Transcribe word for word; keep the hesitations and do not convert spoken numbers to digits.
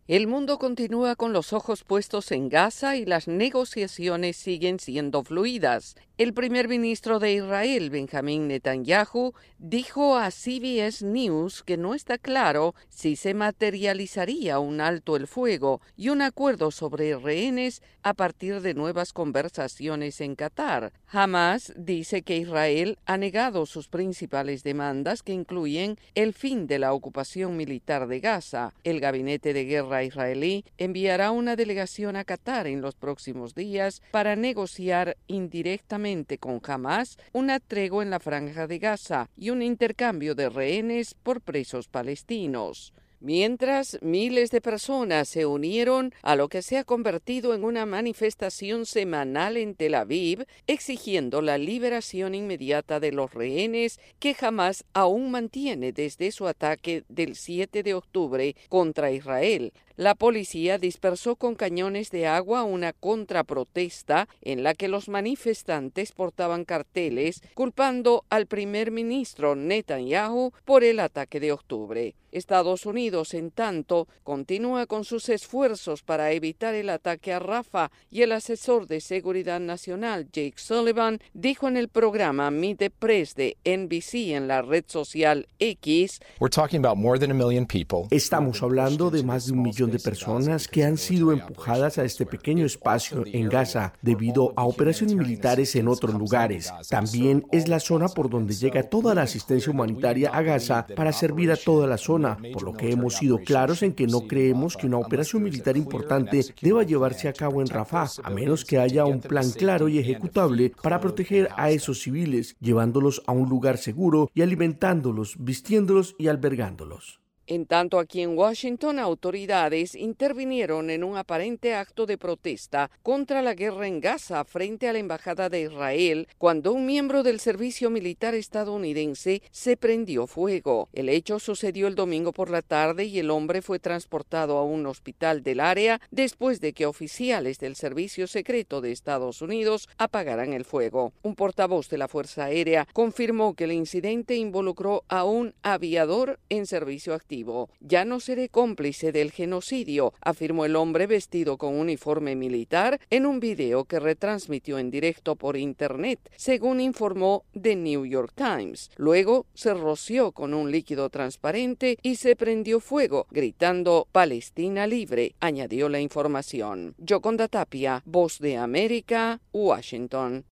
El mundo continúa con los ojos puestos en Gaza y las negociaciones siguen siendo fluidas. El primer ministro de Israel, Benjamín Netanyahu, dijo a C B S News que no está claro si se materializaría un alto el fuego y un acuerdo sobre rehenes a partir de nuevas conversaciones en Qatar. Hamás dice que Israel ha negado sus principales demandas, que incluyen el fin de la ocupación militar de Gaza. El gabinete de guerra israelí enviará una delegación a Qatar en los próximos días para negociar indirectamente con Hamás una tregua en la franja de Gaza y un intercambio de rehenes por presos palestinos. Mientras, miles de personas se unieron a lo que se ha convertido en una manifestación semanal en Tel Aviv, exigiendo la liberación inmediata de los rehenes que Hamás aún mantiene desde su ataque del siete de octubre contra Israel. La policía dispersó con cañones de agua una contraprotesta en la que los manifestantes portaban carteles culpando al primer ministro Netanyahu por el ataque de octubre. Estados Unidos, en tanto, continúa con sus esfuerzos para evitar el ataque a Rafah y el asesor de seguridad nacional Jake Sullivan dijo en el programa Meet the Press de N B C en la red social X: Estamos hablando de más de un millón de personas que han sido empujadas a este pequeño espacio en Gaza debido a operaciones militares en otros lugares. También es la zona por donde llega toda la asistencia humanitaria a Gaza para servir a toda la zona, por lo que hemos sido claros en que no creemos que una operación militar importante deba llevarse a cabo en Rafah, a menos que haya un plan claro y ejecutable para proteger a esos civiles, llevándolos a un lugar seguro y alimentándolos, vistiéndolos y albergándolos. En tanto, aquí en Washington, autoridades intervinieron en un aparente acto de protesta contra la guerra en Gaza frente a la Embajada de Israel cuando un miembro del servicio militar estadounidense se prendió fuego. El hecho sucedió el domingo por la tarde y el hombre fue transportado a un hospital del área después de que oficiales del Servicio Secreto de Estados Unidos apagaran el fuego. Un portavoz de la Fuerza Aérea confirmó que el incidente involucró a un aviador en servicio activo. Ya no seré cómplice del genocidio, afirmó el hombre vestido con uniforme militar en un video que retransmitió en directo por internet, según informó The New York Times. Luego se roció con un líquido transparente y se prendió fuego, gritando «Palestina libre», añadió la información. Yoconda Tapia, Voz de América, Washington.